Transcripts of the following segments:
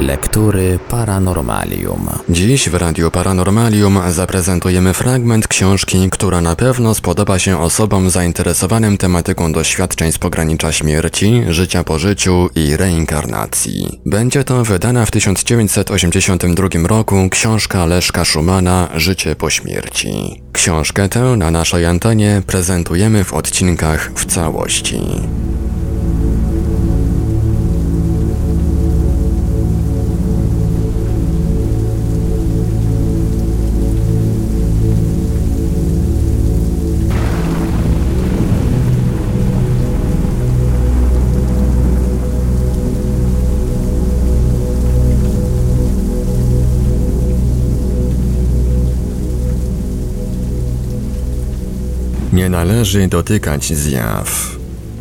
Lektury Paranormalium. Dziś w Radiu Paranormalium zaprezentujemy fragment książki, która na pewno spodoba się osobom zainteresowanym tematyką doświadczeń z pogranicza śmierci, życia po życiu i reinkarnacji. Będzie to wydana w 1982 roku książka Leszka Szumana Życie po śmierci. Książkę tę na naszej antenie prezentujemy w odcinkach w całości. Nie należy dotykać zjaw.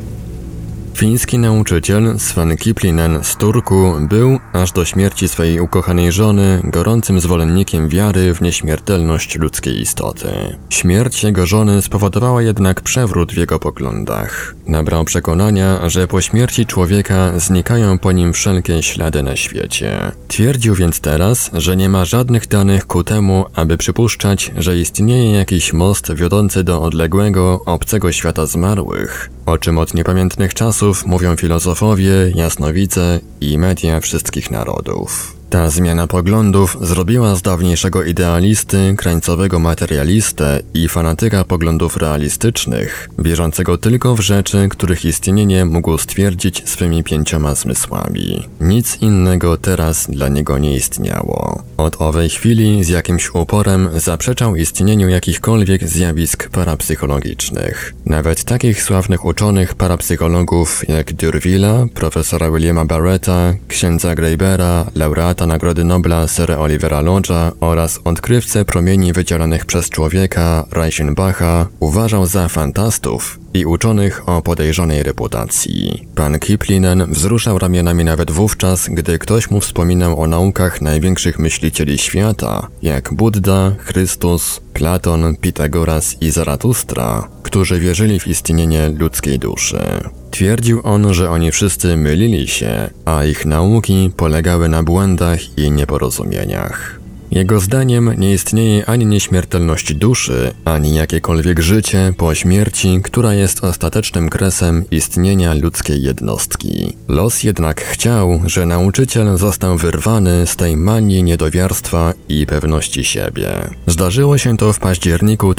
Fiński nauczyciel Sven Kiplinen z Turku był, aż do śmierci swojej ukochanej żony, gorącym zwolennikiem wiary w nieśmiertelność ludzkiej istoty. Śmierć jego żony spowodowała jednak przewrót w jego poglądach. Nabrał przekonania, że po śmierci człowieka znikają po nim wszelkie ślady na świecie. Twierdził więc teraz, że nie ma żadnych danych ku temu, aby przypuszczać, że istnieje jakiś most wiodący do odległego, obcego świata zmarłych, o czym od niepamiętnych czasów mówią filozofowie, jasnowidze i media wszystkich narodów. Ta zmiana poglądów zrobiła z dawniejszego idealisty, krańcowego materialistę i fanatyka poglądów realistycznych, wierzącego tylko w rzeczy, których istnienie mógł stwierdzić swymi 5 zmysłami. Nic innego teraz dla niego nie istniało. Od owej chwili z jakimś uporem zaprzeczał istnieniu jakichkolwiek zjawisk parapsychologicznych. Nawet takich sławnych uczonych parapsychologów jak D'Urville'a, profesora Williama Barretta, księdza Greibera, laureata Nagrody Nobla Sira Olivera Lodge'a oraz odkrywcę promieni wydzielanych przez człowieka Reichenbacha uważał za fantastów i uczonych o podejrzanej reputacji. Pan Kiplinen wzruszał ramionami nawet wówczas, gdy ktoś mu wspominał o naukach największych myślicieli świata, jak Budda, Chrystus, Platon, Pitagoras i Zaratustra, którzy wierzyli w istnienie ludzkiej duszy. Twierdził on, że oni wszyscy mylili się, a ich nauki polegały na błędach i nieporozumieniach. Jego zdaniem nie istnieje ani nieśmiertelność duszy, ani jakiekolwiek życie po śmierci, która jest ostatecznym kresem istnienia ludzkiej jednostki. Los jednak chciał, że nauczyciel został wyrwany z tej manii niedowiarstwa i pewności siebie. Zdarzyło się to w październiku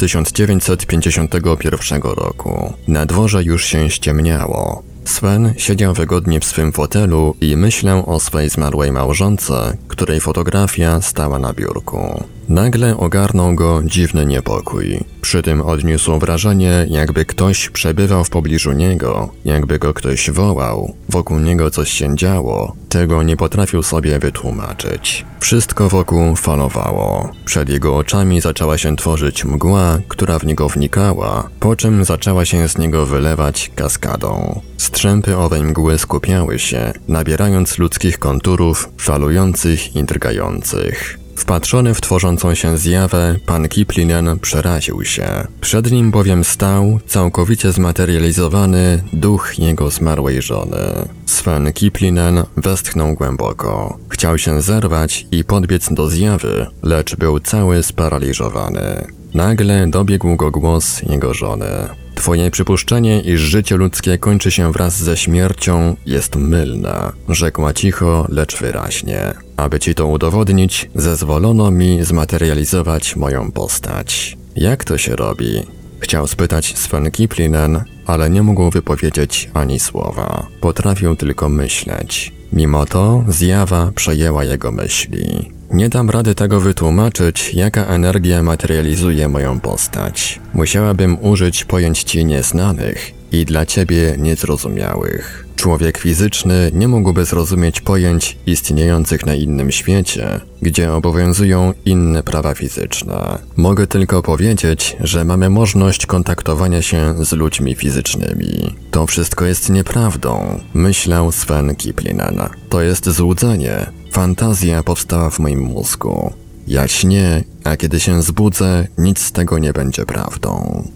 1951 roku. Na dworze już się ściemniało. Sven siedział wygodnie w swym fotelu i myślał o swej zmarłej małżonce, której fotografia stała na biurku. Nagle ogarnął go dziwny niepokój. Przy tym odniósł wrażenie, jakby ktoś przebywał w pobliżu niego, jakby go ktoś wołał. Wokół niego coś się działo. Tego nie potrafił sobie wytłumaczyć. Wszystko wokół falowało. Przed jego oczami zaczęła się tworzyć mgła, która w niego wnikała, po czym zaczęła się z niego wylewać kaskadą. Strzępy owej mgły skupiały się, nabierając ludzkich konturów, falujących i drgających. Wpatrzony w tworzącą się zjawę, pan Kiplinen przeraził się. Przed nim bowiem stał, całkowicie zmaterializowany, duch jego zmarłej żony. Sven Kiplinen westchnął głęboko. Chciał się zerwać i podbiec do zjawy, lecz był cały sparaliżowany. Nagle dobiegł go głos jego żony. Twoje przypuszczenie, iż życie ludzkie kończy się wraz ze śmiercią, jest mylne, rzekła cicho, lecz wyraźnie. Aby ci to udowodnić, zezwolono mi zmaterializować moją postać. Jak to się robi? Chciał spytać Sven Kiplinen, ale nie mógł wypowiedzieć ani słowa. Potrafił tylko myśleć. Mimo to zjawa przejęła jego myśli. Nie dam rady tego wytłumaczyć, jaka energia materializuje moją postać. Musiałabym użyć pojęć ci nieznanych i dla ciebie niezrozumiałych. Człowiek fizyczny nie mógłby zrozumieć pojęć istniejących na innym świecie, gdzie obowiązują inne prawa fizyczne. Mogę tylko powiedzieć, że mamy możliwość kontaktowania się z ludźmi fizycznymi. To wszystko jest nieprawdą, myślał Sven Kiplinen. To jest złudzenie. Fantazja powstała w moim mózgu. Ja śnię, a kiedy się zbudzę, nic z tego nie będzie prawdą.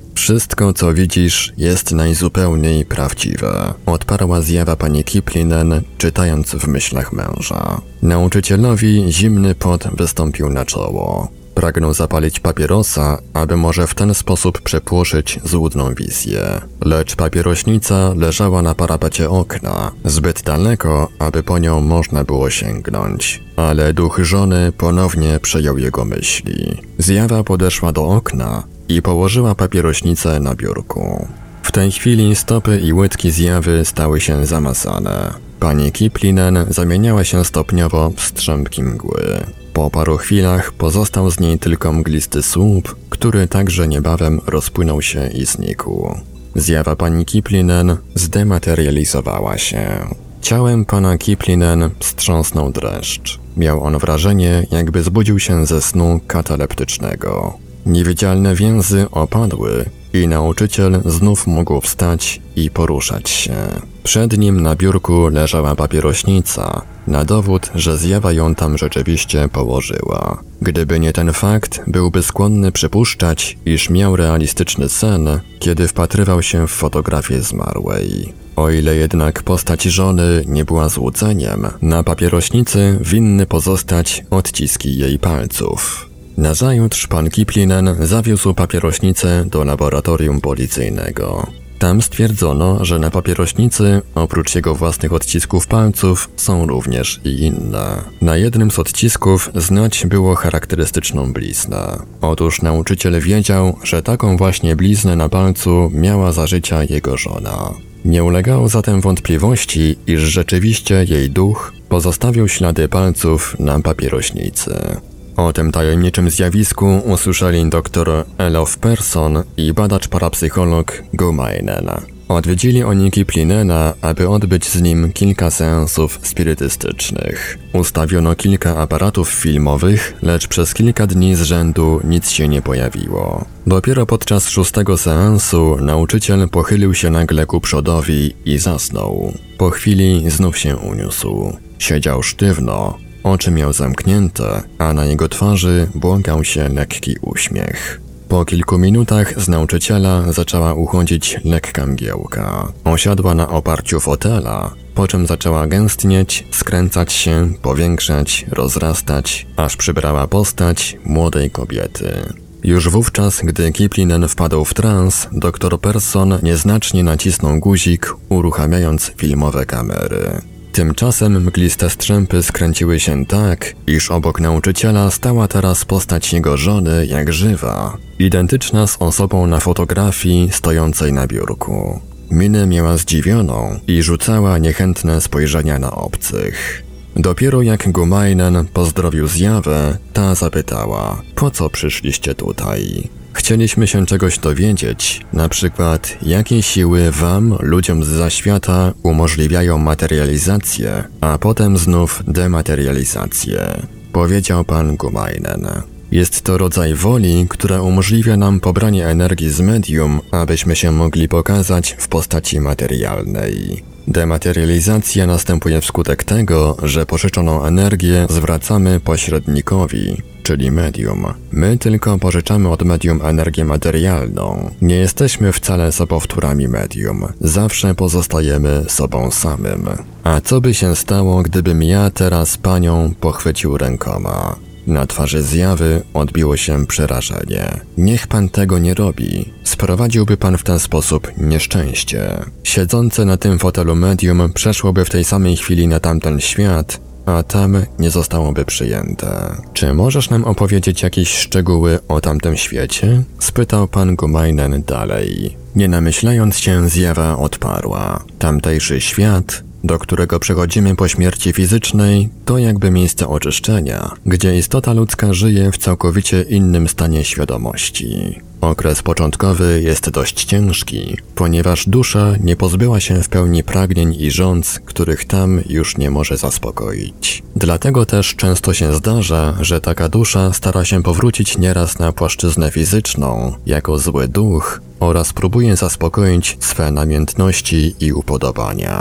Wszystko, co widzisz, jest najzupełniej prawdziwe, odparła zjawa pani Kiplinen, czytając w myślach męża. Nauczycielowi zimny pot wystąpił na czoło. Pragnął zapalić papierosa, aby może w ten sposób przepłoszyć złudną wizję. Lecz papierośnica leżała na parapecie okna, zbyt daleko, aby po nią można było sięgnąć. Ale duch żony ponownie przejął jego myśli. Zjawa podeszła do okna i położyła papierośnicę na biurku. W tej chwili stopy i łydki zjawy stały się zamazane. Pani Kiplinen zamieniała się stopniowo w strzępki mgły. Po paru chwilach pozostał z niej tylko mglisty słup, który także niebawem rozpłynął się i znikł. Zjawa pani Kiplinen zdematerializowała się. Ciałem pana Kiplinen wstrząsnął dreszcz. Miał on wrażenie, jakby zbudził się ze snu kataleptycznego. Niewidzialne więzy opadły i nauczyciel znów mógł wstać i poruszać się. Przed nim na biurku leżała papierośnica, na dowód, że zjawa ją tam rzeczywiście położyła. Gdyby nie ten fakt, byłby skłonny przypuszczać, iż miał realistyczny sen, kiedy wpatrywał się w fotografię zmarłej. O ile jednak postać żony nie była złudzeniem, na papierośnicy winny pozostać odciski jej palców. Nazajutrz pan Kiplinen zawiózł papierośnicę do laboratorium policyjnego. Tam stwierdzono, że na papierośnicy, oprócz jego własnych odcisków palców, są również i inne. Na jednym z odcisków znać było charakterystyczną bliznę. Otóż nauczyciel wiedział, że taką właśnie bliznę na palcu miała za życia jego żona. Nie ulegało zatem wątpliwości, iż rzeczywiście jej duch pozostawił ślady palców na papierośnicy. O tym tajemniczym zjawisku usłyszeli dr Elof Persson i badacz parapsycholog Gumainen. Odwiedzili oni Kiplinena, aby odbyć z nim kilka seansów spirytystycznych. Ustawiono kilka aparatów filmowych, lecz przez kilka dni z rzędu nic się nie pojawiło. Dopiero podczas 6. seansu nauczyciel pochylił się nagle ku przodowi i zasnął. Po chwili znów się uniósł. Siedział sztywno. Oczy miał zamknięte, a na jego twarzy błąkał się lekki uśmiech. Po kilku minutach z nauczyciela zaczęła uchodzić lekka mgiełka. Osiadła na oparciu fotela, po czym zaczęła gęstnieć, skręcać się, powiększać, rozrastać, aż przybrała postać młodej kobiety. Już wówczas, gdy Kiplinen wpadł w trans, dr Persson nieznacznie nacisnął guzik, uruchamiając filmowe kamery. Tymczasem mgliste strzępy skręciły się tak, iż obok nauczyciela stała teraz postać jego żony jak żywa, identyczna z osobą na fotografii stojącej na biurku. Minę miała zdziwioną i rzucała niechętne spojrzenia na obcych. Dopiero jak Gumainen pozdrowił zjawę, ta zapytała: po co przyszliście tutaj? Chcieliśmy się czegoś dowiedzieć, na przykład jakie siły wam, ludziom zza świata, umożliwiają materializację, a potem znów dematerializację, powiedział pan Gumainen. Jest to rodzaj woli, która umożliwia nam pobranie energii z medium, abyśmy się mogli pokazać w postaci materialnej. Dematerializacja następuje wskutek tego, że pożyczoną energię zwracamy pośrednikowi, czyli medium. My tylko pożyczamy od medium energię materialną. Nie jesteśmy wcale sobowtórami medium. Zawsze pozostajemy sobą samym. A co by się stało, gdybym ja teraz panią pochwycił rękoma? Na twarzy zjawy odbiło się przerażenie. Niech pan tego nie robi. Sprowadziłby pan w ten sposób nieszczęście. Siedzące na tym fotelu medium przeszłoby w tej samej chwili na tamten świat, a tam nie zostałoby przyjęte. Czy możesz nam opowiedzieć jakieś szczegóły o tamtym świecie? Spytał pan Gumainen dalej. Nie namyślając się, zjawa odparła. Tamtejszy świat, do którego przechodzimy po śmierci fizycznej, to jakby miejsce oczyszczenia, gdzie istota ludzka żyje w całkowicie innym stanie świadomości. Okres początkowy jest dość ciężki, ponieważ dusza nie pozbyła się w pełni pragnień i żądz, których tam już nie może zaspokoić. Dlatego też często się zdarza, że taka dusza stara się powrócić nieraz na płaszczyznę fizyczną, jako zły duch, oraz próbuje zaspokoić swe namiętności i upodobania.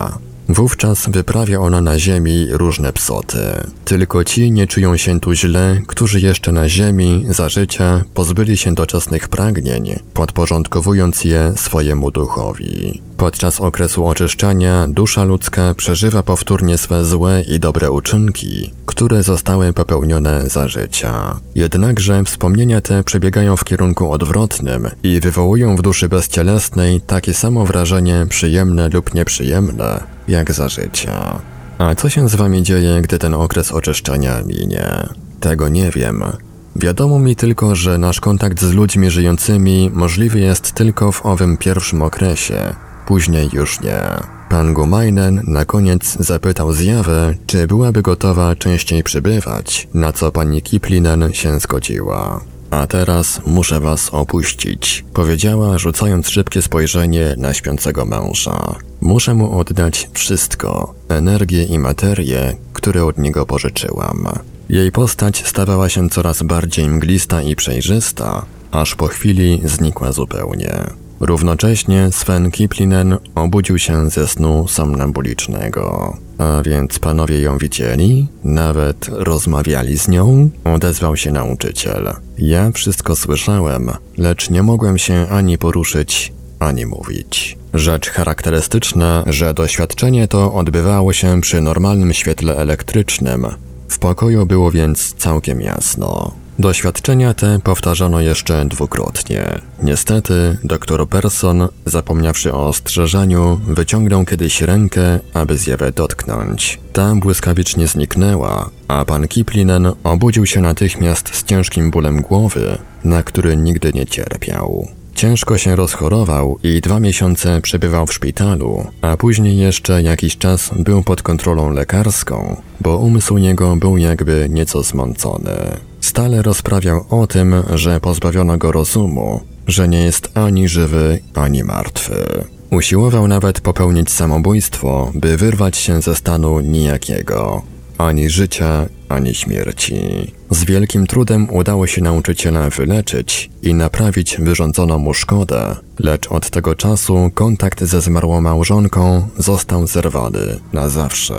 Wówczas wyprawia ona na ziemi różne psoty. Tylko ci nie czują się tu źle, którzy jeszcze na ziemi, za życia, pozbyli się doczesnych pragnień, podporządkowując je swojemu duchowi. Podczas okresu oczyszczania dusza ludzka przeżywa powtórnie swe złe i dobre uczynki, które zostały popełnione za życia. Jednakże wspomnienia te przebiegają w kierunku odwrotnym i wywołują w duszy bezcielesnej takie samo wrażenie przyjemne lub nieprzyjemne, jak za życia. A co się z wami dzieje, gdy ten okres oczyszczania minie? Tego nie wiem. Wiadomo mi tylko, że nasz kontakt z ludźmi żyjącymi możliwy jest tylko w owym pierwszym okresie. Później już nie. Pan Gumainen na koniec zapytał zjawę, czy byłaby gotowa częściej przybywać, na co pani Kiplinen się zgodziła. A teraz muszę was opuścić, powiedziała, rzucając szybkie spojrzenie na śpiącego męża. Muszę mu oddać wszystko, energię i materię, które od niego pożyczyłam. Jej postać stawała się coraz bardziej mglista i przejrzysta, aż po chwili znikła zupełnie. Równocześnie Sven Kiplinen obudził się ze snu somnambulicznego. A więc panowie ją widzieli? Nawet rozmawiali z nią? Odezwał się nauczyciel. Ja wszystko słyszałem, lecz nie mogłem się ani poruszyć, ani mówić. Rzecz charakterystyczna, że doświadczenie to odbywało się przy normalnym świetle elektrycznym. W pokoju było więc całkiem jasno. Doświadczenia te powtarzano jeszcze dwukrotnie. Niestety, dr Persson, zapomniawszy o ostrzeżeniu, wyciągnął kiedyś rękę, aby zjawę dotknąć. Ta błyskawicznie zniknęła, a pan Kiplinen obudził się natychmiast z ciężkim bólem głowy, na który nigdy nie cierpiał. Ciężko się rozchorował i 2 miesiące przebywał w szpitalu, a później jeszcze jakiś czas był pod kontrolą lekarską, bo umysł jego był jakby nieco zmącony. Stale rozprawiał o tym, że pozbawiono go rozumu, że nie jest ani żywy, ani martwy. Usiłował nawet popełnić samobójstwo, by wyrwać się ze stanu nijakiego. Ani życia, ani śmierci. Z wielkim trudem udało się nauczyciela wyleczyć i naprawić wyrządzoną mu szkodę, lecz od tego czasu kontakt ze zmarłą małżonką został zerwany na zawsze.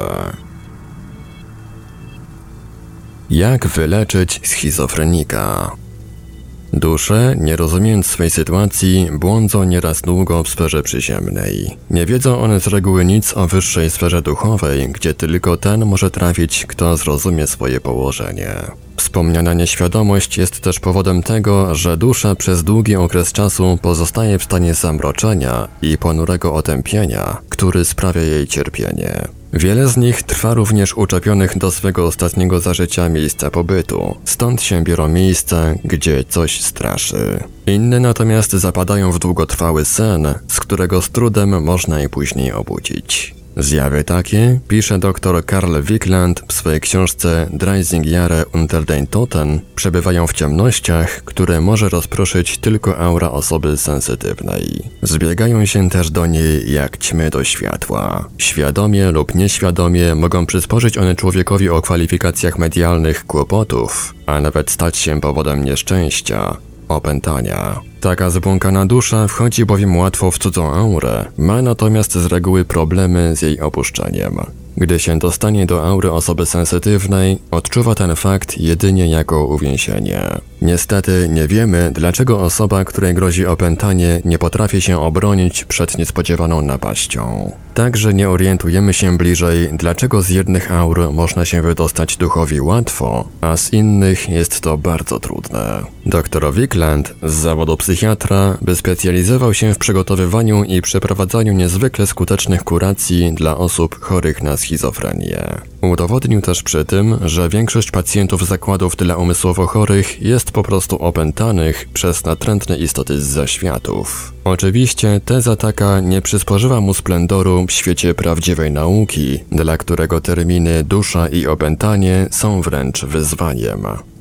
Jak wyleczyć schizofrenika? Dusze, nie rozumiejąc swej sytuacji, błądzą nieraz długo w sferze przyziemnej. Nie wiedzą one z reguły nic o wyższej sferze duchowej, gdzie tylko ten może trafić, kto zrozumie swoje położenie. Wspomniana nieświadomość jest też powodem tego, że dusza przez długi okres czasu pozostaje w stanie zamroczenia i ponurego otępienia, który sprawia jej cierpienie. Wiele z nich trwa również uczepionych do swego ostatniego za życia miejsca pobytu, stąd się biorą miejsca, gdzie coś straszy. Inne natomiast zapadają w długotrwały sen, z którego z trudem można je później obudzić. Zjawy takie, pisze dr Karl Wikland w swojej książce Dreizig Jahre unter den Toten, przebywają w ciemnościach, które może rozproszyć tylko aura osoby sensytywnej. Zbiegają się też do niej jak ćmy do światła. Świadomie lub nieświadomie mogą przysporzyć one człowiekowi o kwalifikacjach medialnych kłopotów, a nawet stać się powodem nieszczęścia, opętania. Taka zbłąkana dusza wchodzi bowiem łatwo w cudzą aurę, ma natomiast z reguły problemy z jej opuszczeniem. Gdy się dostanie do aury osoby sensytywnej, odczuwa ten fakt jedynie jako uwięzienie. Niestety nie wiemy, dlaczego osoba, której grozi opętanie, nie potrafi się obronić przed niespodziewaną napaścią. Także nie orientujemy się bliżej, dlaczego z jednych aur można się wydostać duchowi łatwo, a z innych jest to bardzo trudne. Dr Wikland z zawodu psychiatra wyspecjalizował się w przygotowywaniu i przeprowadzaniu niezwykle skutecznych kuracji dla osób chorych na schizofrenię. Udowodnił też przy tym, że większość pacjentów zakładów dla umysłowo chorych jest po prostu opętanych przez natrętne istoty z zaświatów. Oczywiście teza taka nie przysporzyła mu splendoru w świecie prawdziwej nauki, dla którego terminy dusza i opętanie są wręcz wyzwaniem.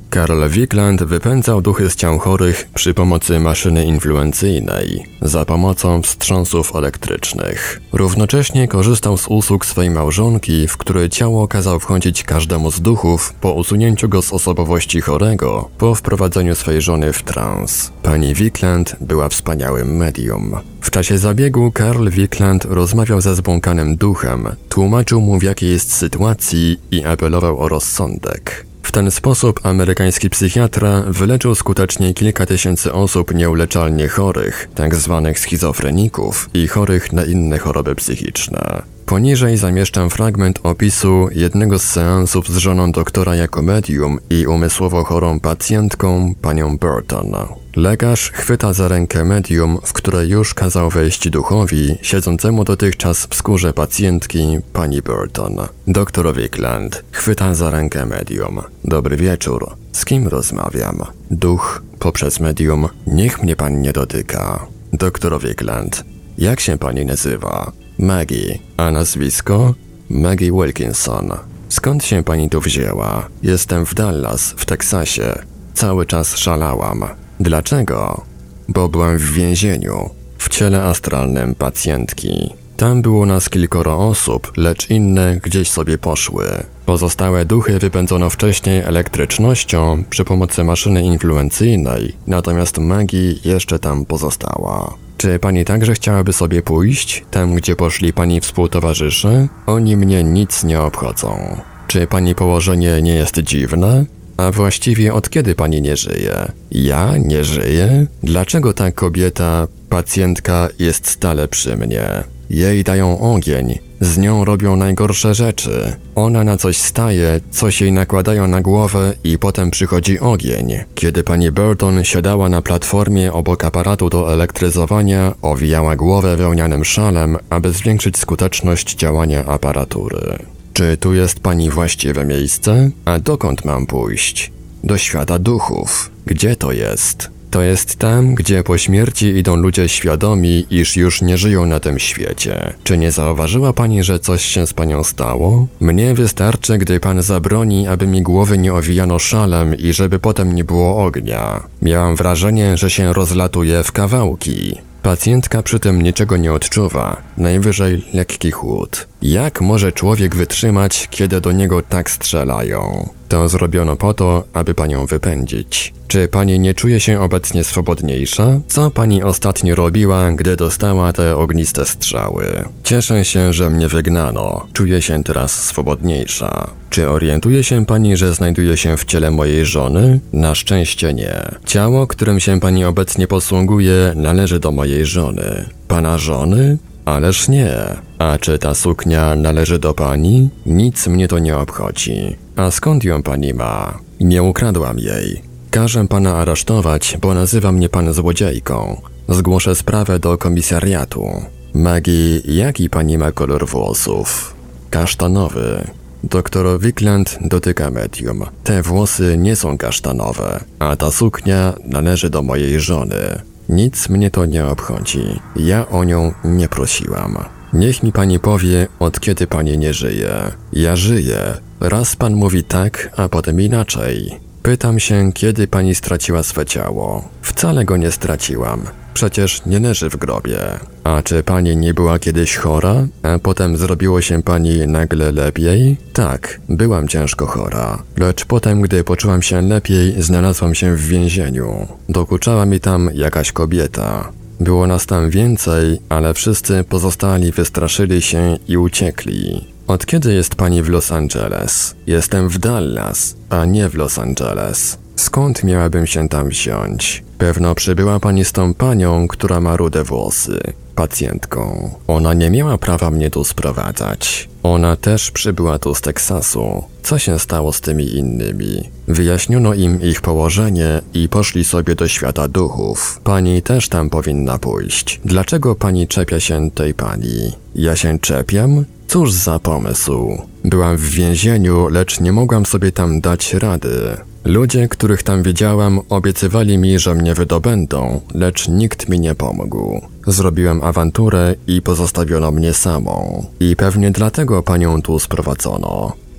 Karl Wikland wypędzał duchy z ciał chorych przy pomocy maszyny influencyjnej, za pomocą wstrząsów elektrycznych. Równocześnie korzystał z usług swej małżonki, w które ciało kazał wchodzić każdemu z duchów po usunięciu go z osobowości chorego, po wprowadzeniu swej żony w trans. Pani Wikland była wspaniałym medium. W czasie zabiegu Karl Wikland rozmawiał ze zbłąkanym duchem, tłumaczył mu w jakiej jest sytuacji i apelował o rozsądek. W ten sposób amerykański psychiatra wyleczył skutecznie kilka tysięcy osób nieuleczalnie chorych, tzw. schizofreników i chorych na inne choroby psychiczne. Poniżej zamieszczam fragment opisu jednego z seansów z żoną doktora jako medium i umysłowo chorą pacjentką, panią Burton. Lekarz chwyta za rękę medium, w której już kazał wejść duchowi, siedzącemu dotychczas w skórze pacjentki, pani Burton. Doktor Wikland chwyta za rękę medium. Dobry wieczór. Z kim rozmawiam? Duch poprzez medium. Niech mnie pan nie dotyka. Doktor Wikland. Jak się pani nazywa? Maggie. A nazwisko? Maggie Wilkinson. Skąd się pani tu wzięła? Jestem w Dallas, w Teksasie. Cały czas szalałam. Dlaczego? Bo byłem w więzieniu, w ciele astralnym pacjentki. Tam było nas kilkoro osób, lecz inne gdzieś sobie poszły. Pozostałe duchy wypędzono wcześniej elektrycznością przy pomocy maszyny influencyjnej, natomiast Maggie jeszcze tam pozostała. Czy pani także chciałaby sobie pójść, tam gdzie poszli pani współtowarzysze? Oni mnie nic nie obchodzą. Czy pani położenie nie jest dziwne? A właściwie od kiedy pani nie żyje? Ja nie żyję? Dlaczego ta kobieta, pacjentka jest stale przy mnie? Jej dają ogień, z nią robią najgorsze rzeczy. Ona na coś staje, coś jej nakładają na głowę i potem przychodzi ogień. Kiedy pani Burton siadała na platformie obok aparatu do elektryzowania, owijała głowę wełnianym szalem, aby zwiększyć skuteczność działania aparatury. Czy tu jest pani właściwe miejsce? A dokąd mam pójść? Do świata duchów. Gdzie to jest? To jest tam, gdzie po śmierci idą ludzie świadomi, iż już nie żyją na tym świecie. Czy nie zauważyła pani, że coś się z panią stało? Mnie wystarczy, gdy pan zabroni, aby mi głowy nie owijano szalem i żeby potem nie było ognia. Miałam wrażenie, że się rozlatuje w kawałki. Pacjentka przy tym niczego nie odczuwa, najwyżej lekki chłód. Jak może człowiek wytrzymać, kiedy do niego tak strzelają? To zrobiono po to, aby panią wypędzić. Czy pani nie czuje się obecnie swobodniejsza? Co pani ostatnio robiła, gdy dostała te ogniste strzały? Cieszę się, że mnie wygnano. Czuję się teraz swobodniejsza. Czy orientuje się pani, że znajduje się w ciele mojej żony? Na szczęście nie. Ciało, którym się pani obecnie posługuje, należy do mojej żony. Pana żony? Ależ nie. A czy ta suknia należy do pani? Nic mnie to nie obchodzi. A skąd ją pani ma? Nie ukradłam jej. Każę pana aresztować, bo nazywa mnie pan złodziejką. Zgłoszę sprawę do komisariatu. Maggie, jaki pani ma kolor włosów? Kasztanowy. Doktor Wikland dotyka medium. Te włosy nie są kasztanowe, a ta suknia należy do mojej żony. Nic mnie to nie obchodzi. Ja o nią nie prosiłam. Niech mi pani powie, od kiedy pani nie żyje. Ja żyję. Raz pan mówi tak, a potem inaczej. Pytam się, kiedy pani straciła swe ciało. Wcale go nie straciłam. Przecież nie leży w grobie. A czy pani nie była kiedyś chora, a potem zrobiło się pani nagle lepiej? Tak, byłam ciężko chora. Lecz potem, gdy poczułam się lepiej, znalazłam się w więzieniu. Dokuczała mi tam jakaś kobieta. Było nas tam więcej, ale wszyscy pozostali wystraszyli się i uciekli. Od kiedy jest pani w Los Angeles? Jestem w Dallas, a nie w Los Angeles. Skąd miałabym się tam wziąć? Pewno przybyła pani z tą panią, która ma rude włosy, pacjentką. Ona nie miała prawa mnie tu sprowadzać. Ona też przybyła tu z Teksasu. Co się stało z tymi innymi? Wyjaśniono im ich położenie i poszli sobie do świata duchów. Pani też tam powinna pójść. Dlaczego pani czepia się tej pani? Ja się czepiam? Cóż za pomysł. Byłam w więzieniu, lecz nie mogłam sobie tam dać rady. Ludzie, których tam widziałam, obiecywali mi, że mnie wydobędą, lecz nikt mi nie pomógł. Zrobiłem awanturę i pozostawiono mnie samą. I pewnie dlatego panią tu sprowadzono.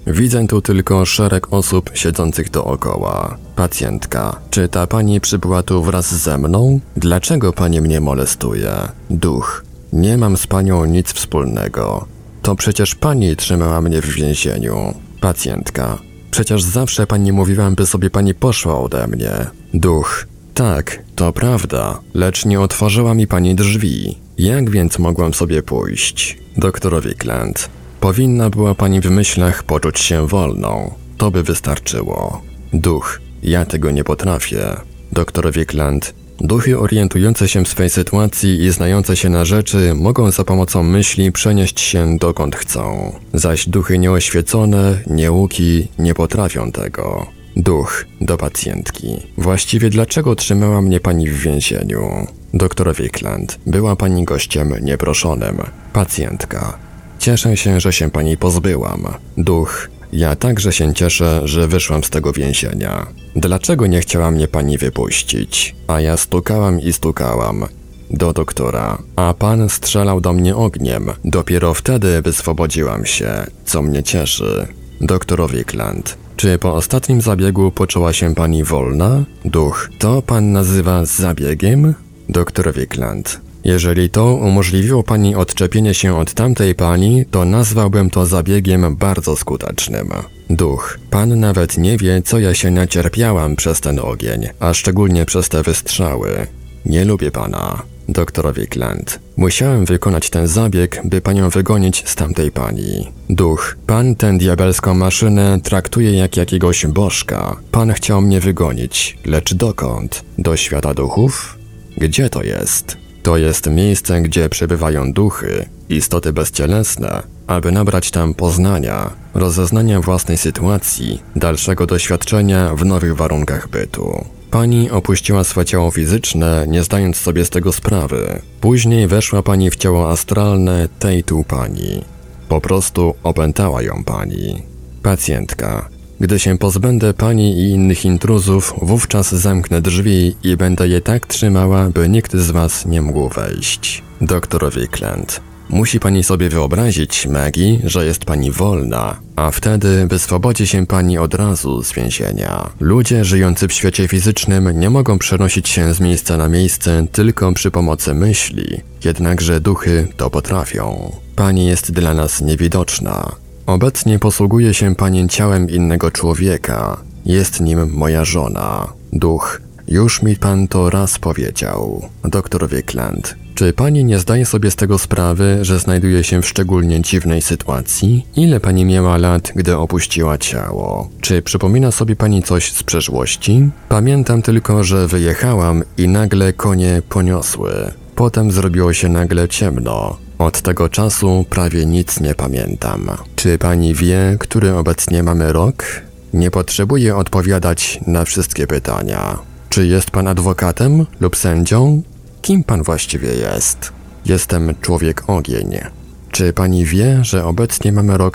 Widzę tu tylko szereg osób siedzących dookoła. Pacjentka. Czy ta pani przybyła tu wraz ze mną? Dlaczego pani mnie molestuje? Duch. Nie mam z panią nic wspólnego. To przecież pani trzymała mnie w więzieniu. Pacjentka. Przecież zawsze pani mówiła, by sobie pani poszła ode mnie. Duch. Tak, to prawda, lecz nie otworzyła mi pani drzwi. Jak więc mogłam sobie pójść? Doktor Wikland. Powinna była pani w myślach poczuć się wolną. To by wystarczyło. Duch. Ja tego nie potrafię. Doktor Wikland. Duchy orientujące się w swej sytuacji i znające się na rzeczy mogą za pomocą myśli przenieść się dokąd chcą. Zaś duchy nieoświecone, nieuki nie potrafią tego. Duch do pacjentki. Właściwie dlaczego trzymała mnie pani w więzieniu? Doktor Wikland. Była pani gościem nieproszonym. Pacjentka. Cieszę się, że się pani pozbyłam. Duch. Ja także się cieszę, że wyszłam z tego więzienia. Dlaczego nie chciała mnie pani wypuścić? A ja stukałam i stukałam. Do doktora. A pan strzelał do mnie ogniem. Dopiero wtedy wyswobodziłam się, co mnie cieszy. Doktor Wikland. Czy po ostatnim zabiegu poczuła się pani wolna? Duch. To pan nazywa zabiegiem? Doktor Wikland. Jeżeli to umożliwiło pani odczepienie się od tamtej pani, to nazwałbym to zabiegiem bardzo skutecznym. Duch. Pan nawet nie wie, co ja się nacierpiałam przez ten ogień, a szczególnie przez te wystrzały. Nie lubię pana. Doktor Wikland. Musiałem wykonać ten zabieg, by panią wygonić z tamtej pani. Duch. Pan tę diabelską maszynę traktuje jak jakiegoś bożka. Pan chciał mnie wygonić. Lecz dokąd? Do świata duchów? Gdzie to jest? To jest miejsce, gdzie przebywają duchy, istoty bezcielesne, aby nabrać tam poznania, rozeznania własnej sytuacji, dalszego doświadczenia w nowych warunkach bytu. Pani opuściła swe ciało fizyczne, nie zdając sobie z tego sprawy. Później weszła pani w ciało astralne tej tu pani. Po prostu opętała ją pani. Pacjentka. Gdy się pozbędę pani i innych intruzów, wówczas zamknę drzwi i będę je tak trzymała, by nikt z was nie mógł wejść. Doktor Wikland. Musi pani sobie wyobrazić, Maggie, że jest pani wolna, a wtedy wyswobodzi się pani od razu z więzienia. Ludzie żyjący w świecie fizycznym nie mogą przenosić się z miejsca na miejsce tylko przy pomocy myśli, jednakże duchy to potrafią. Pani jest dla nas niewidoczna. Obecnie posługuje się pani ciałem innego człowieka. Jest nim moja żona. Duch. Już mi pan to raz powiedział. Doktor Wikland. Czy pani nie zdaje sobie z tego sprawy, że znajduje się w szczególnie dziwnej sytuacji? Ile pani miała lat, gdy opuściła ciało? Czy przypomina sobie pani coś z przeszłości? Pamiętam tylko, że wyjechałam i nagle konie poniosły. Potem zrobiło się nagle ciemno. Od tego czasu prawie nic nie pamiętam. Czy pani wie, który obecnie mamy rok? Nie potrzebuję odpowiadać na wszystkie pytania. Czy jest pan adwokatem lub sędzią? Kim pan właściwie jest? Jestem człowiek ogień. Czy pani wie, że obecnie mamy rok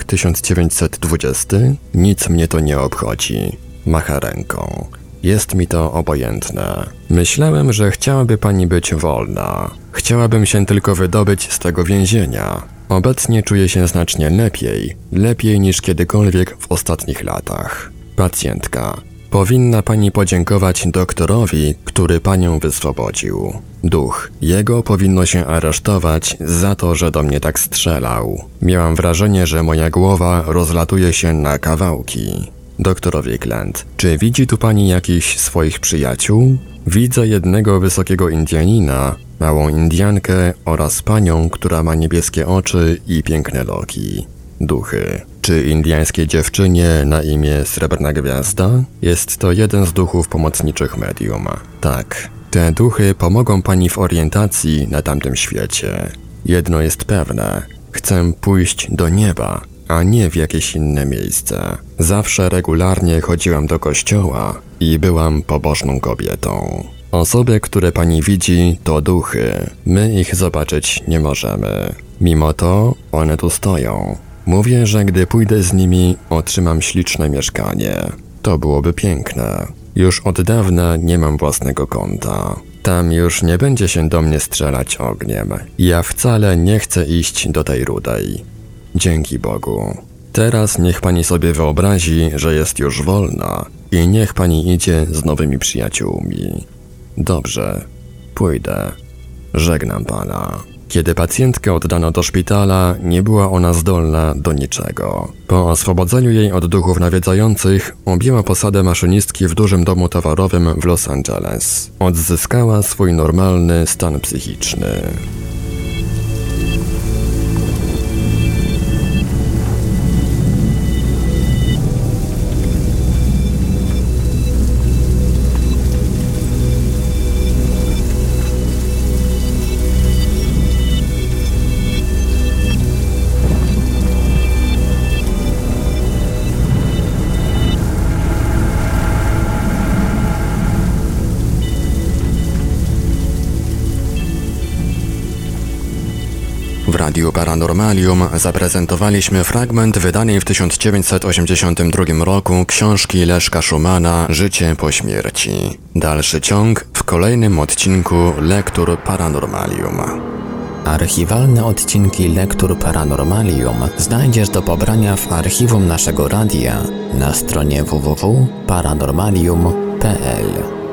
1920? Nic mnie to nie obchodzi. Macha ręką. Jest mi to obojętne. Myślałem, że chciałaby pani być wolna. Chciałabym się tylko wydobyć z tego więzienia. Obecnie czuję się znacznie lepiej niż kiedykolwiek w ostatnich latach. Pacjentka. Powinna pani podziękować doktorowi, który panią wyswobodził. Duch. Jego powinno się aresztować za to, że do mnie tak strzelał. Miałam wrażenie, że moja głowa rozlatuje się na kawałki. Doktor Wikland. Czy widzi tu pani jakichś swoich przyjaciół? Widzę jednego wysokiego Indianina, małą Indiankę oraz panią, która ma niebieskie oczy i piękne loki. Duchy. Czy indiańskiej dziewczynie na imię Srebrna Gwiazda? Jest to jeden z duchów pomocniczych medium. Tak. Te duchy pomogą pani w orientacji na tamtym świecie. Jedno jest pewne. Chcę pójść do nieba, a nie w jakieś inne miejsce. Zawsze regularnie chodziłam do kościoła i byłam pobożną kobietą. Osoby, które pani widzi, to duchy. My ich zobaczyć nie możemy. Mimo to one tu stoją. Mówię, że gdy pójdę z nimi, otrzymam śliczne mieszkanie. To byłoby piękne. Już od dawna nie mam własnego konta. Tam już nie będzie się do mnie strzelać ogniem. Ja wcale nie chcę iść do tej rudej. Dzięki Bogu. Teraz niech pani sobie wyobrazi, że jest już wolna i niech pani idzie z nowymi przyjaciółmi. Dobrze, pójdę. Żegnam pana. Kiedy pacjentkę oddano do szpitala, nie była ona zdolna do niczego. Po oswobodzeniu jej od duchów nawiedzających, objęła posadę maszynistki w dużym domu towarowym w Los Angeles. Odzyskała swój normalny stan psychiczny. W Radiu Paranormalium zaprezentowaliśmy fragment wydanej w 1982 roku książki Leszka Szumana Życie po śmierci. Dalszy ciąg w kolejnym odcinku Lektur Paranormalium. Archiwalne odcinki Lektur Paranormalium znajdziesz do pobrania w archiwum naszego radia na stronie www.paranormalium.pl.